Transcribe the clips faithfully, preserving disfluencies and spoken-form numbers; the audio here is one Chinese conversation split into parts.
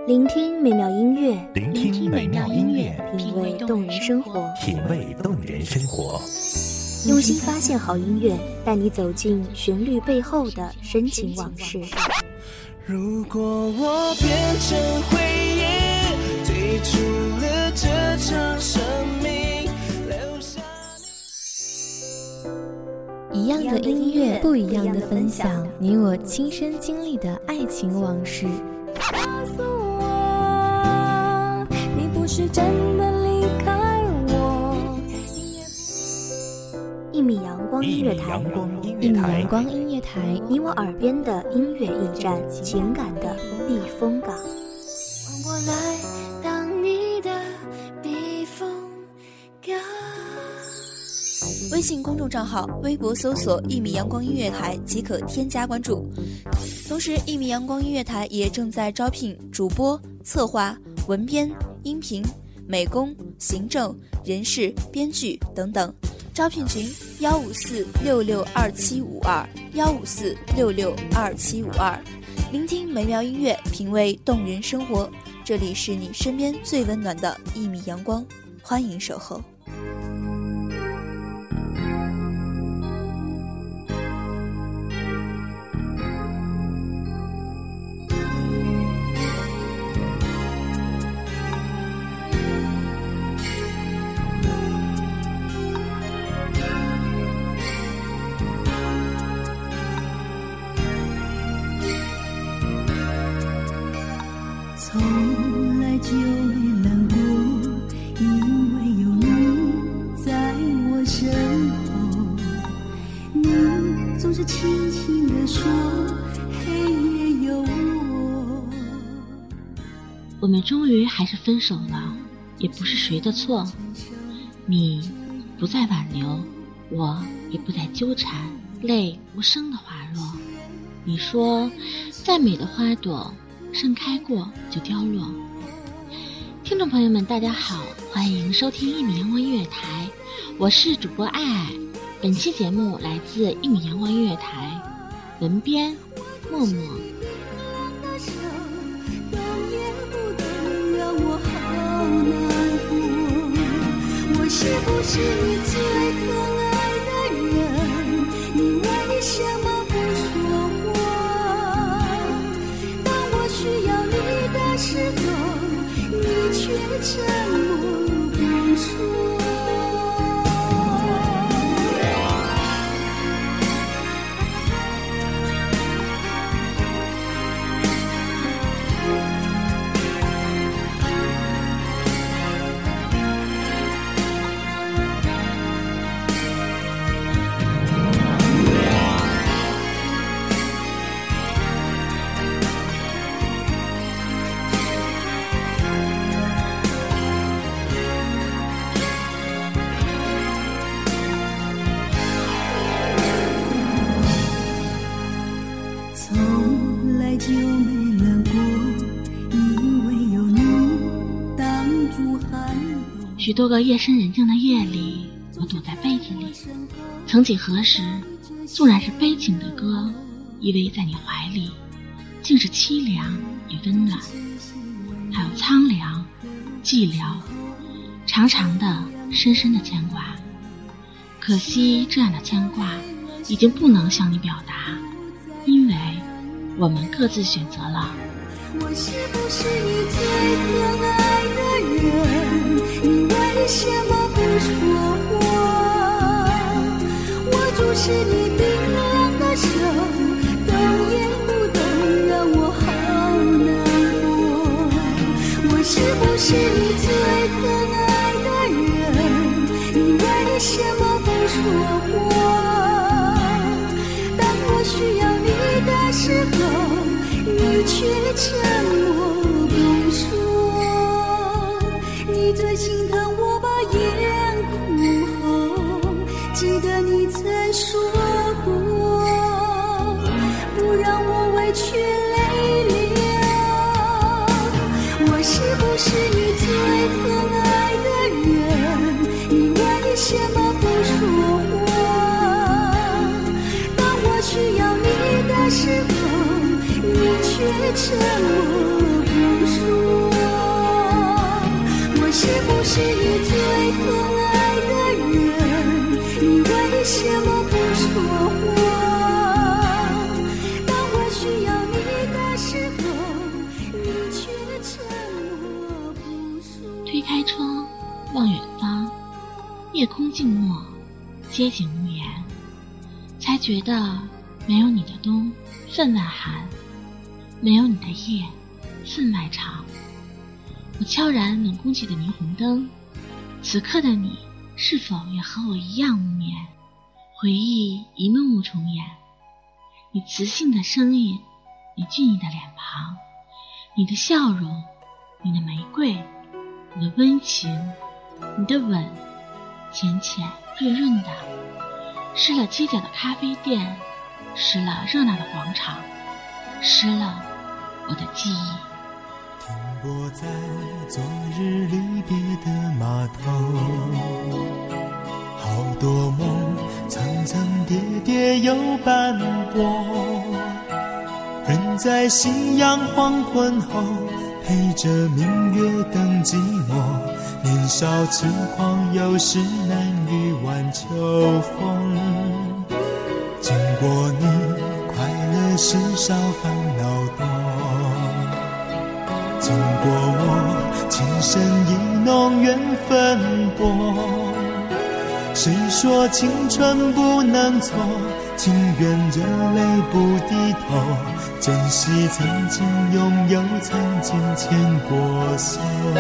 聆听美妙音乐， 聆听美妙音乐， 品味动人生活， 品味动人生活。 用心发现好音乐，带你走进旋律背后的深情往事。 如果我变成回忆，退出了这场生命，留下一样的音乐，不一样的分享，你我亲身经历的爱情往事。 告诉我，你不是真的离开我。 一米阳光音乐台， 一米阳光音乐台， 你我耳边的音乐驿站，情感的避风港。 换我来当你的避风港。 微信公众账号、微博搜索“一米阳光音乐台”即可添加关注。同时，一米阳光音乐台也正在招聘主播、策划、文编、音频、美工、行政、人事、编剧等等。招聘群：幺五四六六二七五二幺五四六六二七五二。聆听美妙音乐，品味动人生活。这里是你身边最温暖的一米阳光，欢迎守候。 从来就没难过，因为有你在我身后。你总是轻轻地说，黑夜有我。 我们终于还是分手了，也不是谁的错。你不再挽留，我也不再纠缠，泪无声的滑落。你说，再美的花朵盛开过就凋落。听众朋友们大家好，欢迎收听一米阳光音乐台，我是主播爱爱。本期节目来自一米阳光音乐台，文编默默。 我是不是你最可爱的人？你为什么不说话？当我需要你的时候，你却沉默不说。从来就没难过，因为有你挡住寒冬。 许多个夜深人静的夜里，我躲在被子里。曾几何时，纵然是悲情的歌，依偎在你怀里，竟是凄凉也温暖。还有苍凉、寂寥，长长的、深深的牵挂。可惜这样的牵挂，已经不能向你表达，因为我们各自选择了。 我是不是你最可爱的人？你为什么不说话？我注视你冰凉的手，动也不动，让我好难过。我是不是你最可爱的人？你为什么不说话？当我需要你的时候，你却沉默不说。你最心疼我把眼哭红，记得你曾说过，不让我委屈泪流。我是不是你最可爱的人？你为什么不说话？当我需要你的时候，你却沉默不说。 说，我是不是你最可爱的人？你为什么不说话？当我需要你的时候，你却沉默不说。 推开窗，望远方，夜空静默，街景无言，才觉得没有你的冬分外寒，没有你的夜分外长。我悄然冷空起的霓虹灯，此刻的你是否也和我一样无眠？回忆一幕幕重演，你磁性的声音，你俊逸的脸庞，你的笑容，你的玫瑰，你的温情，你的吻，浅浅润润的，湿了街角的咖啡店，湿了热闹的广场，湿了我的记忆。 停泊在昨日离别的码头，好多梦层层叠叠又斑驳，人在夕阳黄昏后陪着明月等寂寞，年少轻狂有时难御晚秋风，经过你快乐时少烦恼多，经过我情深意浓缘分薄，谁说青春不能错，情愿热泪不低头，珍惜曾经拥有，曾经牵过手，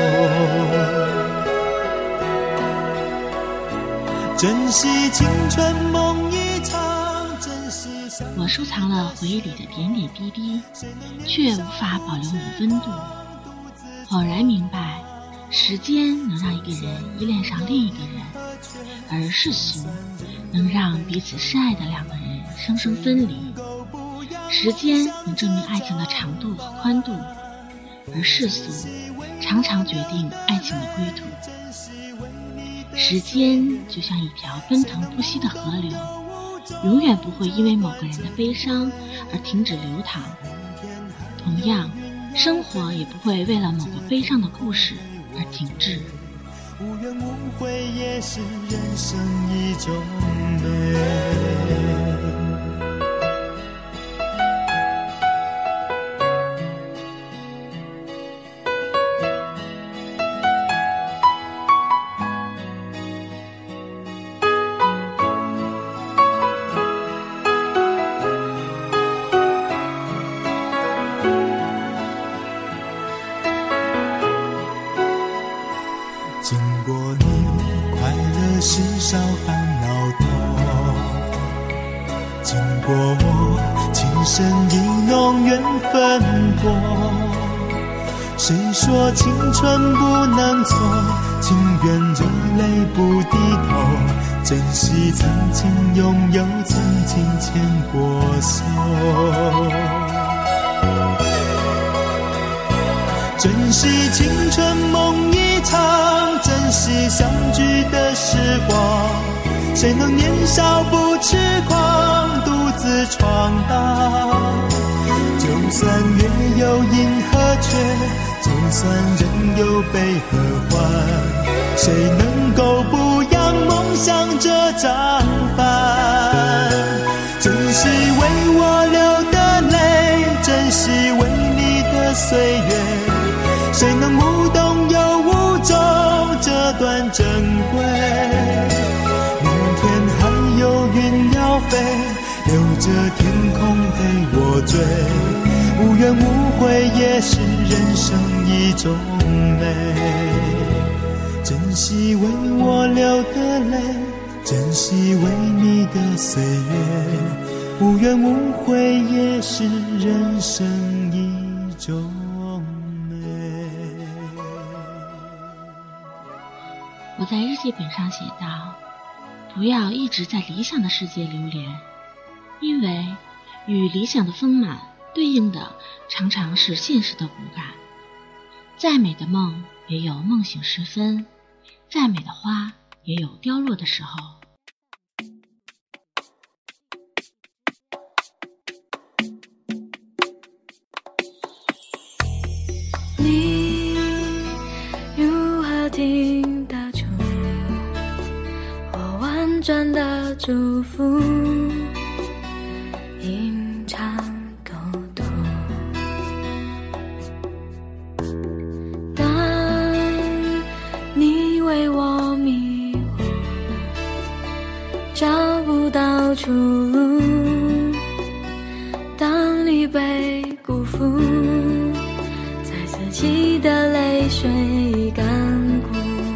珍惜青春梦一场，珍惜相我收藏了回忆里的点点滴滴，却无法保留你温度。恍然明白，时间能让一个人依恋上另一个人，而世俗能让彼此深爱的两个人生生分离。时间能证明爱情的长度和宽度，而世俗常常决定爱情的归途。时间就像一条奔腾不息的河流，永远不会因为某个人的悲伤而停止流淌。同样，生活也不会为了某个悲伤的故事而停滞。 无怨无悔也是人生一种美。经过你快乐时少烦恼多，经过我情深意浓缘分薄，谁说青春不能错，情愿热泪不低头，珍惜曾经拥有，曾经牵过手，珍惜青春梦一场，珍惜相聚的时光，谁能年少不痴狂，独自闯荡。就算月有阴和缺，就算人有悲和欢，谁能够不扬梦想这张帆？珍惜为我流的泪，珍惜为你的岁月，谁能无动又无衷这段珍贵？明天还有云要飞，留着天空陪我追，无怨无悔也是人生一种美。珍惜为我流的泪，珍惜为你的岁月，无怨无悔也是人生一种美。 我在日记本上写道，不要一直在理想的世界流连，因为与理想的丰满对应的常常是现实的骨感。再美的梦也有梦醒时分，再美的花也有凋落的时候。 你转的祝福，阴差沟通。当你为我迷糊，找不到出路，当你被辜负，在自己的泪水干枯。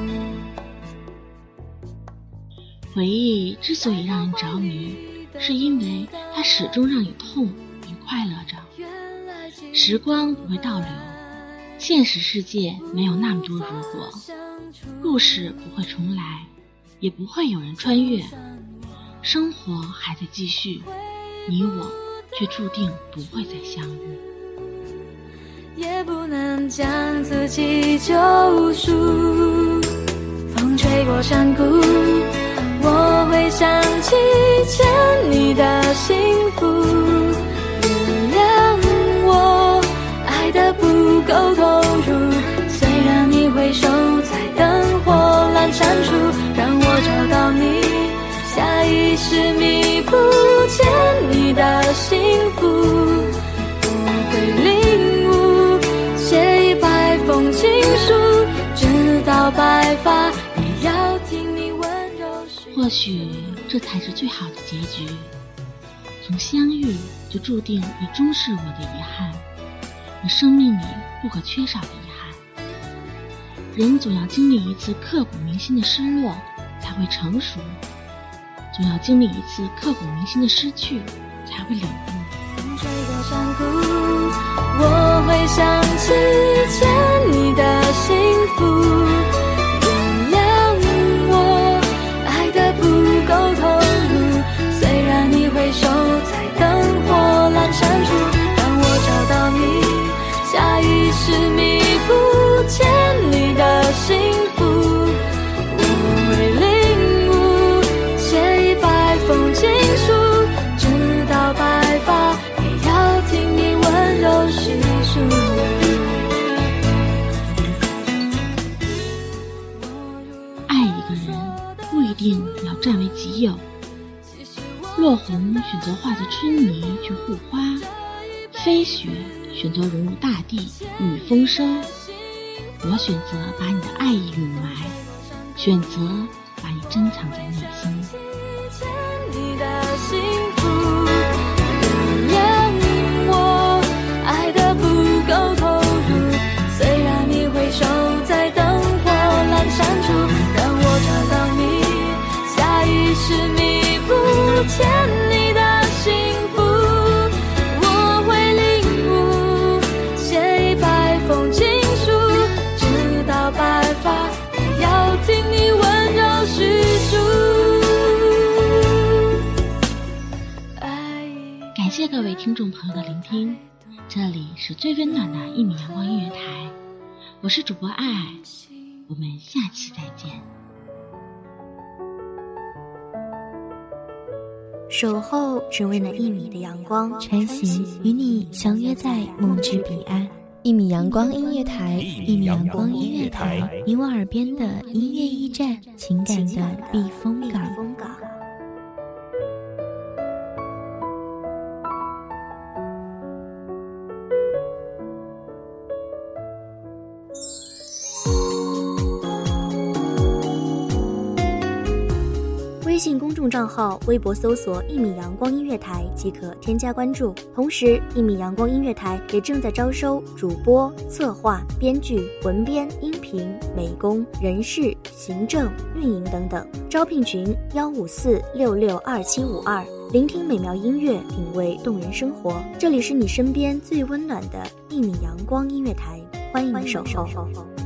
回忆之所以让人着迷，是因为它始终让你痛并快乐着。时光不会倒流，现实世界没有那么多如果，故事不会重来，也不会有人穿越，生活还在继续，你我却注定不会再相遇。 也不能将自己救赎，风吹过山谷，我会想起欠你的幸福。原谅我爱得不够投入，虽然你回首在灯火阑珊处，让我找到你，下意识弥补欠你的幸福。我会领悟写一百封情书，直到白发也要听你温柔叙述。 或许这才是最好的结局，从相遇就注定你终是我的遗憾，你生命里不可缺少的遗憾。人总要经历一次刻骨铭心的失落才会成熟，总要经历一次刻骨铭心的失去才会领悟。 风吹过山谷，我会想起欠你的幸福。原谅我爱得不够投入，虽然你回首在灯火阑珊处，让我找到你，下意识弥补欠你的幸福。我会领悟写一百封情书，直到白发也要听你温柔叙述。 爱一个人不一定要占为己有，落红选择化作春泥去护花，飞雪选择融入大地与丰收。我选择把你的爱意永埋，选择把你珍藏在内心。 欠你的幸福，原谅我爱得不够投入，虽然你回首在灯火阑珊处，让我找到你，下意识弥补欠你的幸福。我会领悟写一百封情书，直到白发也要听你温柔叙述。 感谢各位听众朋友的聆听，这里是最温暖的一米阳光音乐台，我是主播爱爱，我们下期再见。 守候只为那一米的阳光， 穿行与你相约在梦之彼岸。一米阳光音乐台，一米阳光音乐台，你我耳边的音乐驿站，情感的避风港。 微信公众账号、微博搜索“一米阳光音乐台”即可添加关注。同时，一米阳光音乐台也正在招收主播、策划、编剧、文编、音频、美工、人事、行政、运营等等。招聘群：幺五四六六二七五二。聆听美妙音乐，品味动人生活。这里是你身边最温暖的一米阳光音乐台，欢迎守候。